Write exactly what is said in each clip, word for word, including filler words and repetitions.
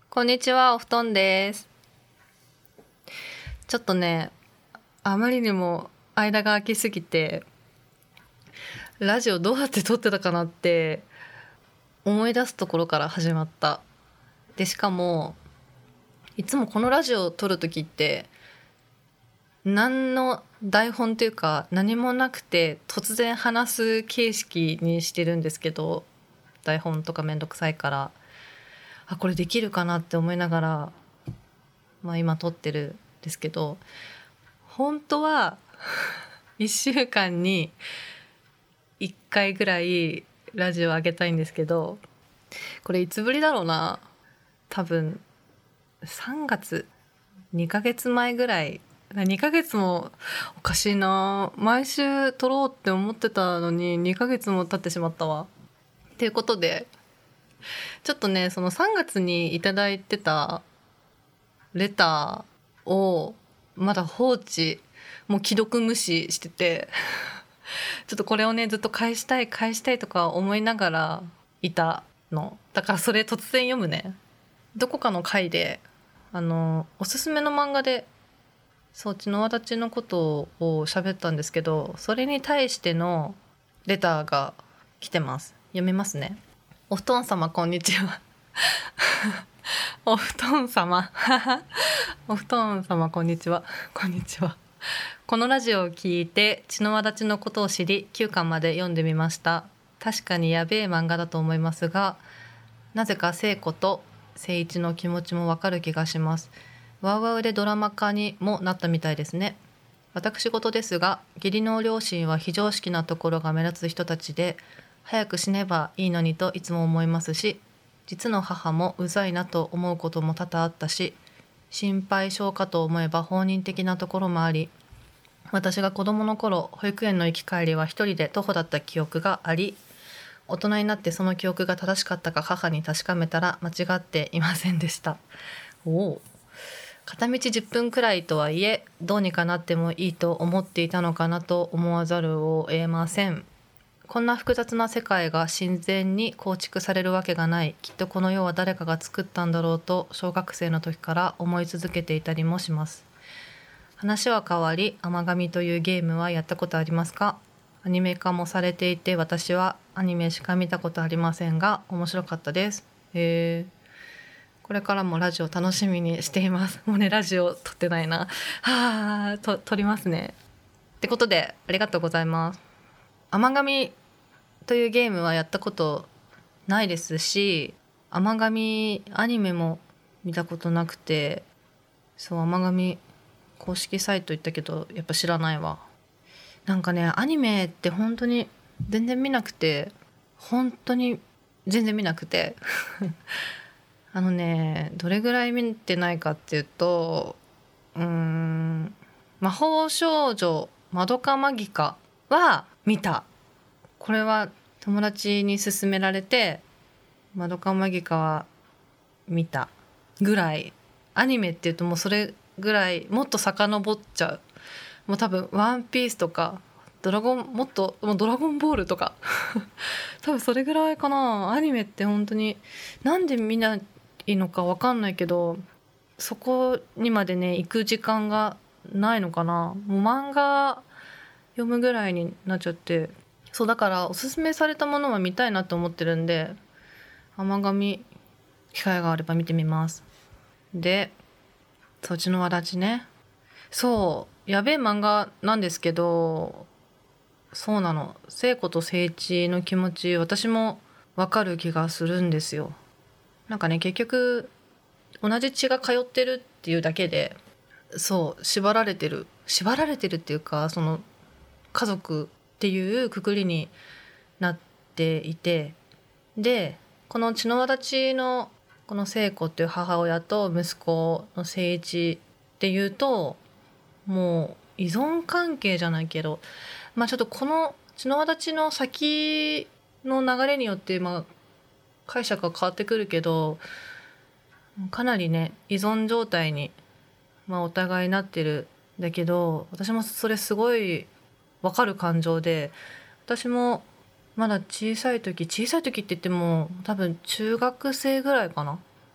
こんにちは、お布団です。ちょっとね、あまりにも間が空きすぎて、ラジオどうやって撮ってたかなって思い出すところから始まった。で、しかも、いつもこのラジオを撮るときって、何の台本というか何もなくて突然話す形式にしてるんですけど、台本とかめんどくさいから、あ、これできるかなって思いながら、まあ今撮ってるんですけど、本当はいっしゅうかんにいっかいぐらいラジオ上げたいんですけど、これいつぶりだろうな。多分さんがつ、にかげつまえぐらい。にかげつもおかしいな。毎週撮ろうって思ってたのににかげつも経ってしまったわ。っていうことで、ちょっとね、そのさんがつにいただいてたレターをまだ放置、もう既読無視しててちょっとこれをねずっと返したい返したいとか思いながらいたのだから、それ突然読むね。どこかの回であのおすすめの漫画でそう血の轍のことを喋ったんですけど、それに対してのレターが来てます。読みますね。お布団様こんにちはお布団様お布団様こんにちはこんにちは。このラジオを聞いて血の轍のことを知りきゅうかんまで読んでみました。確かにやべえ漫画だと思いますが、なぜか聖子と聖一の気持ちもわかる気がします。ワウワウでドラマ化にもなったみたいですね。私事ですが、義理の両親は非常識なところが目立つ人たちで、早く死ねばいいのにといつも思いますし、実の母もうざいなと思うことも多々あったし、心配性かと思えば放任的なところもあり、私が子供の頃保育園の行き帰りは一人で徒歩だった記憶があり、大人になってその記憶が正しかったか母に確かめたら間違っていませんでした。おお。片道じゅっぷんくらいとはいえ、どうにかなってもいいと思っていたのかなと思わざるを得ません。こんな複雑な世界が自然に構築されるわけがない。きっとこの世は誰かが作ったんだろうと小学生の時から思い続けていたりもします。話は変わり、甘神というゲームはやったことありますか？アニメ化もされていて、私はアニメしか見たことありませんが面白かったです。へー。これからもラジオ楽しみにしています。もうね、ラジオ撮ってないな。はあ、と撮りますね。ってことでありがとうございます。甘神というゲームはやったことないですし、甘神アニメも見たことなくて、そう、甘神公式サイト行ったけどやっぱ知らないわ。なんかね、アニメって本当に全然見なくて、本当に全然見なくてあのね、どれぐらい見てないかっていうと、うーん、魔法少女まどかマギカは見た。これは友達に勧められて、まどかマギカは見たぐらい。アニメっていうともうそれぐらい、もっと遡っちゃう。もう多分ワンピースとかドラゴン、もっともうドラゴンボールとか多分それぐらいかな。アニメって本当になんで見ないのか分かんないけど、そこにまでね行く時間がないのかな。もう漫画読むぐらいになっちゃって、そうだからおすすめされたものは見たいなと思ってるんで、甘神機会があれば見てみます。で、そっちのわらじね。そうやべえ漫画なんですけど、そうなの、聖子と聖一の気持ち私もわかる気がするんですよ。なんかね、結局同じ血が通ってるっていうだけで、そう縛られてる縛られてるっていうか、その家族っていうくくりになっていて、でこの血の轍のこの聖子っていう母親と息子の聖一っていうと、もう依存関係じゃないけど、まあちょっとこの血の轍の先の流れによってまあ解釈が変わってくるけど、かなりね依存状態に、まあ、お互いなってるんだけど、私もそれすごい分かる感情で、私もまだ小さい時小さい時って言っても多分中学生ぐらいかな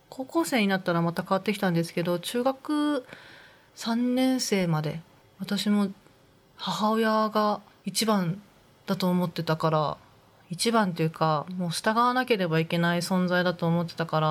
高校生になったらまた変わってきたんですけど、中学さんねん生まで私も母親が一番だと思ってたから、一番というかもう従わなければいけない存在だと思ってたから、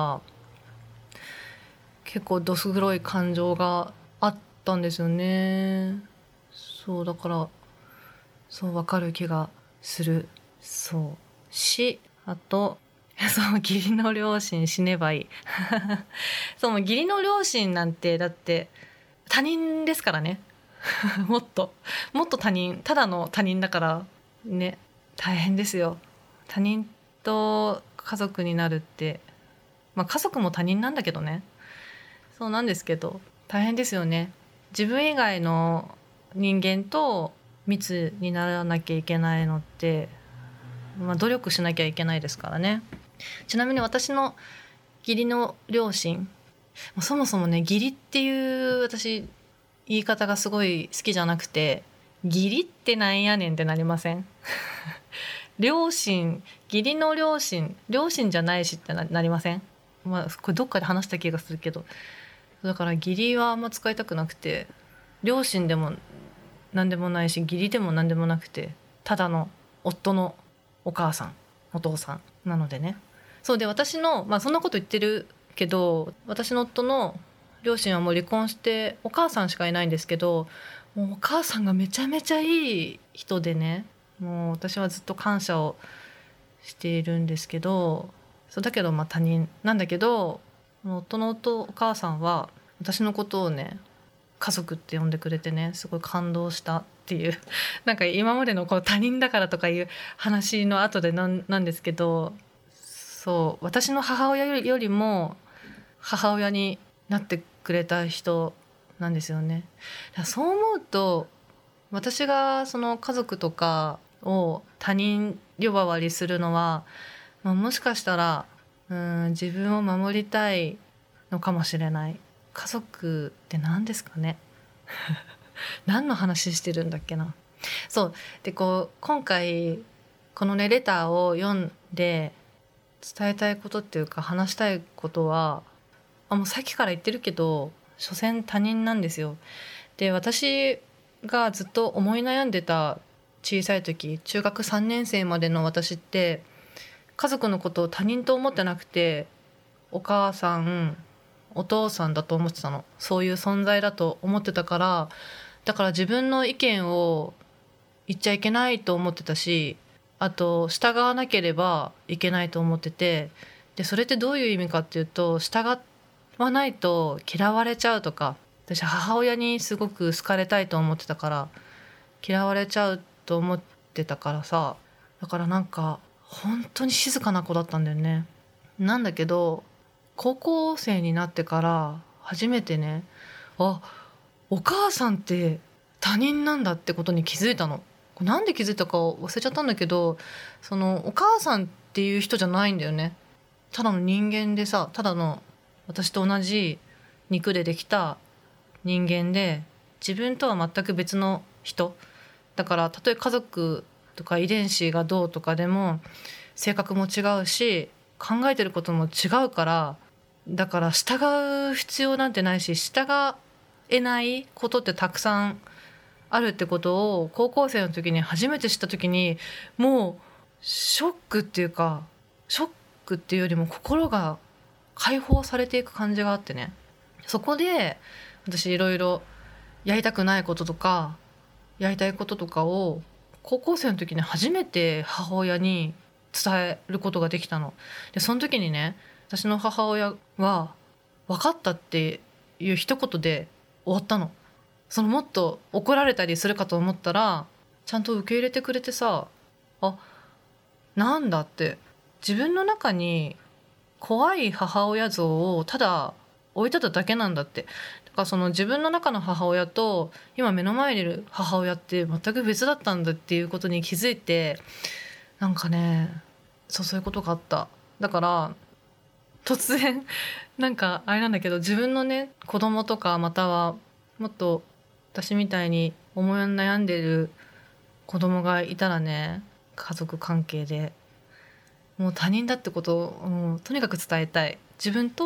結構どす黒い感情があったんですよね。そうだからそう分かる気がする。そうし、あとそう義理の両親死ねばいいそうもう義理の両親なんてだって他人ですからねもっともっと他人、ただの他人だからね。大変ですよ。他人と家族になるって、まあ家族も他人なんだけどね。そうなんですけど大変ですよね。自分以外の人間と密にならなきゃいけないのって、まあ、努力しなきゃいけないですからね。ちなみに私の義理の両親、そもそもね義理っていう私言い方がすごい好きじゃなくて、義理ってなんやねんってなりません両親、義理の両親、両親じゃないしって な, なりません？まあこれどっかで話した気がするけど、だから義理はあんま使いたくなくて、両親でも何でもないし義理でも何でもなくて、ただの夫のお母さんお父さんなのでね。そうで私の、まあそんなこと言ってるけど、私の夫の両親はもう離婚してお母さんしかいないんですけど、もうお母さんがめちゃめちゃいい人でね、もう私はずっと感謝をしているんですけど、そうだけどまあ他人なんだけど、夫の夫お母さんは私のことをね家族って呼んでくれてね、すごい感動したっていうなんか今までのこう他人だからとかいう話の後でなんなんですけど、そう私の母親よりよりも母親になってくれた人なんですよね。だからそう思うと、私がその家族とかを他人呼ばわりするのは、まあ、もしかしたらうん自分を守りたいのかもしれない。家族って何ですかね何の話してるんだっけな。そうでこう今回このねレターを読んで伝えたいことっていうか話したいことは、あもうさっきから言ってるけど所詮他人なんですよ。で私がずっと思い悩んでた小さい時、中学さんねん生までの私って家族のことを他人と思ってなくて、お母さんお父さんだと思ってたの。そういう存在だと思ってたから、だから自分の意見を言っちゃいけないと思ってたし、あと従わなければいけないと思ってて、でそれってどういう意味かっていうと、従わないと嫌われちゃうとか、私母親にすごく好かれたいと思ってたから嫌われちゃうと思ってたからさ、だからなんか本当に静かな子だったんだよね。なんだけど高校生になってから初めてね、あお母さんって他人なんだってことに気づいたの。なんで気づいたか忘れちゃったんだけど、そのお母さんっていう人じゃないんだよね。ただの人間でさ、ただの私と同じ肉でできた人間で、自分とは全く別の人だから、たとえ家族とか遺伝子がどうとかでも性格も違うし考えてることも違うから、だから従う必要なんてないし、従えないことってたくさんあるってことを高校生の時に初めて知った時に、もうショックっていうか、ショックっていうよりも心が解放されていく感じがあってね。そこで私いろいろやりたくないこととかやりたいこととかを高校生の時に初めて母親に伝えることができたの。でその時にね、私の母親は分かったっていう一言で終わったの。そのもっと怒られたりするかと思ったらちゃんと受け入れてくれてさ、あなんだって、自分の中に怖い母親像をただ置いてただけなんだって。だからその自分の中の母親と今目の前にいる母親って全く別だったんだっていうことに気づいて、なんかねそうそういうことがあった。だから突然なんかあれなんだけど、自分のね子供とかまたはもっと私みたいに思い悩んでる子供がいたらね、家族関係でもう他人だってことをもうとにかく伝えたい。自分と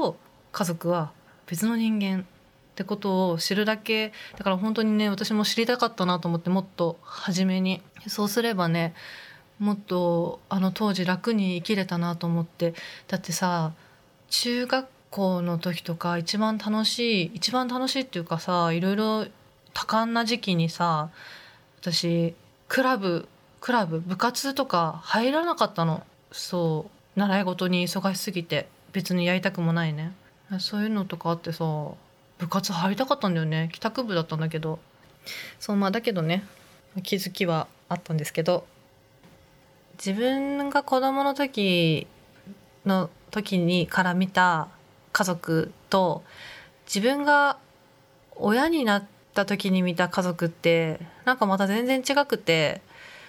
家族は別の人間ってことを知るだけだから、本当にね私も知りたかったなと思って、もっと初めに。そうすればねもっとあの当時楽に生きれたなと思って。だってさ、中学校の時とか一番楽しい一番楽しいっていうかさ、いろいろ多感な時期にさ、私クラブクラブ部活とか入らなかったの。そう習い事に忙しすぎて、別にやりたくもないね。そういうのとかあってさ、部活入りたかったんだよね。帰宅部だったんだけど。そうまあだけどね、気づきはあったんですけど、自分が子供の時の時にから見た家族と、自分が親になった時に見た家族ってなんかまた全然違くて、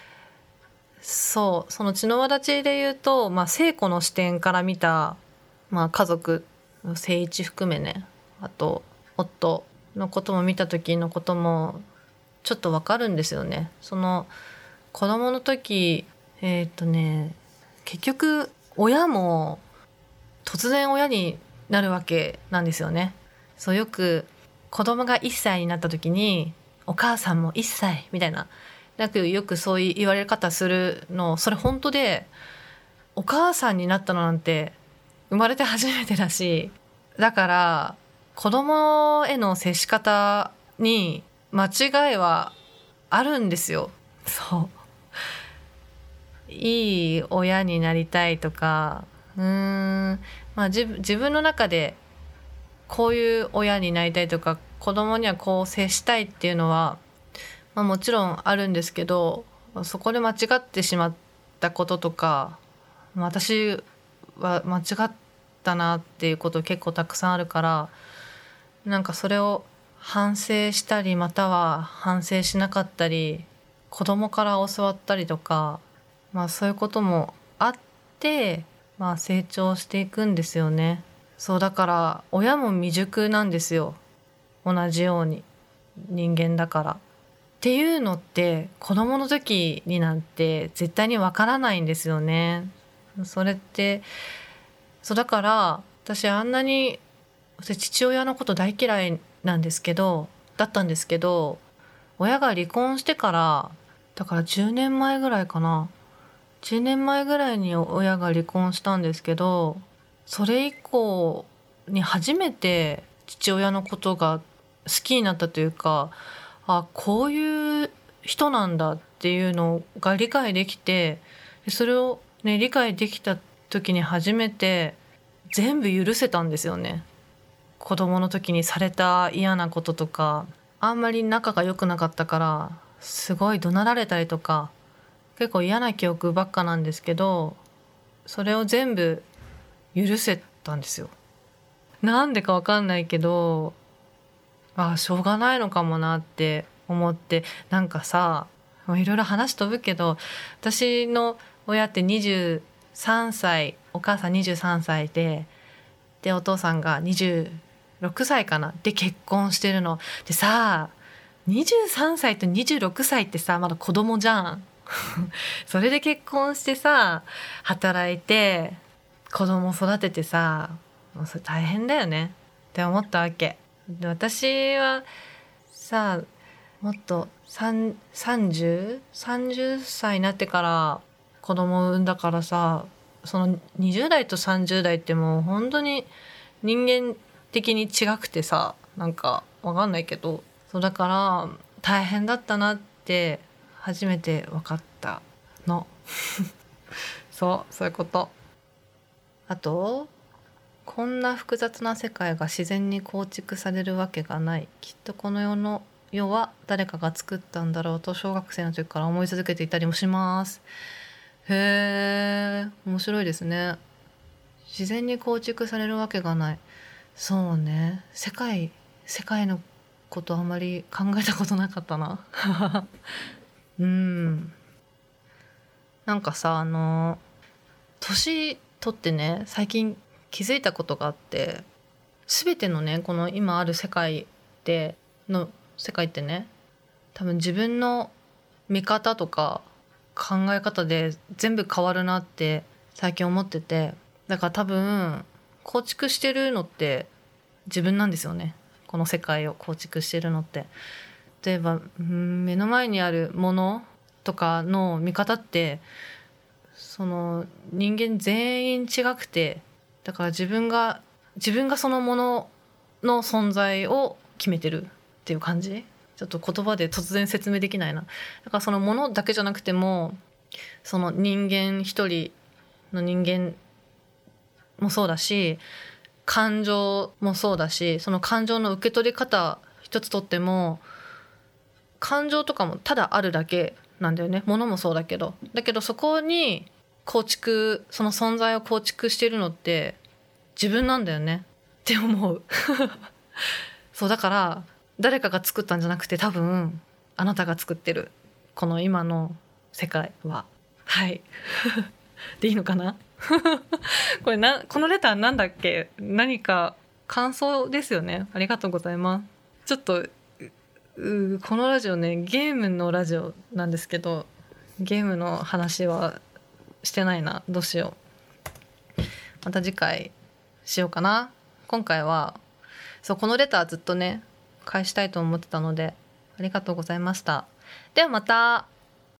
そうその血の輪立ちで言うと、まあ、聖子の視点から見た、まあ、家族、聖一含めね、あと夫のことも見た時のこともちょっとわかるんですよね。その子供の時えー、っとね結局親も突然親になるわけなんですよね。そうよく子供がいっさいになった時にお母さんもいっさいみたいな、なんかよくそういう言われ方するの、それ本当で、お母さんになったのなんて生まれて初めてだし、だから子供への接し方に間違いはあるんですよ。そういい親になりたいとか、うーんまあ自分、自分の中でこういう親になりたいとか、子供にはこう接したいっていうのは、まあ、もちろんあるんですけど、そこで間違ってしまったこととか、私は間違ったなっていうこと結構たくさんあるから、なんかそれを反省したり、または反省しなかったり、子供から教わったりとか、まあそういうこともあって、まあ成長していくんですよね。そうだから親も未熟なんですよ、同じように人間だから。っていうのって子供の時になんて絶対にわからないんですよね。それってそうだから、私あんなに父親のこと大嫌いなんですけどだったんですけど、親が離婚してから、だからじゅうねんまえぐらいかな、じゅうねんまえぐらいに親が離婚したんですけど、それ以降に初めて父親のことが好きになったというか、あこういう人なんだっていうのが理解できて、それを、ね、理解できた時に初めて全部許せたんですよね。子供の時にされた嫌なこととか、あんまり仲が良くなかったからすごい怒鳴られたりとか、結構嫌な記憶ばっかなんですけど、それを全部許せたんですよ。なんでかわかんないけど、ああしょうがないのかもなって思って。なんかさ、いろいろ話飛ぶけど、私の親ってにじゅうさんさい、お母さんにじゅうさんさいで、でお父さんがにじゅうろくさいかなで結婚してるのでさ、にじゅうさんさいとにじゅうろくさいってさまだ子供じゃんそれで結婚してさ、働いて子供育ててさ、もうそれ大変だよねって思ったわけで、私はさもっとさんじゅう、さんじゅっさいになってから子供を産んだからさ、そのにじゅう代とさんじゅう代ってもう本当に人間的に違くてさ、なんかわかんないけど、そうだから大変だったなって初めて分かったのそうそういうこと。あと、こんな複雑な世界が自然に構築されるわけがない、きっとこの世の世は誰かが作ったんだろうと小学生の時から思い続けていたりもします。へー面白いですね。自然に構築されるわけがない。そうね、世界世界のことあんまり考えたことなかったなうんなんかさ、あの年取ってね、最近気づいたことがあって、全てのねこの今ある世界での世界ってね、多分自分の見方とか考え方で全部変わるなって最近思ってて、だから多分構築してるのって自分なんですよね。この世界を構築してるのって。例えば目の前にあるものとかの見方ってその人間全員違くて、だから自分が自分がそのものの存在を決めてるっていう感じ。ちょっと言葉で突然説明できないな。だからそのものだけじゃなくてもその人間一人の人間もそうだし、感情もそうだし、その感情の受け取り方一つとっても感情とかもただあるだけなんだよね。物もそうだけど、だけどそこに構築、その存在を構築しているのって自分なんだよねって思うそうだから誰かが作ったんじゃなくて多分あなたが作ってるこの今の世界は。はいでいいのかなこれな、このレターなんだっけ、何か感想ですよね。ありがとうございます。ちょっとうこのラジオねゲームのラジオなんですけどゲームの話はしてないな。どうしよう。また次回しようかな。今回はそうこのレターずっとね返したいと思ってたのでありがとうございました。ではまた。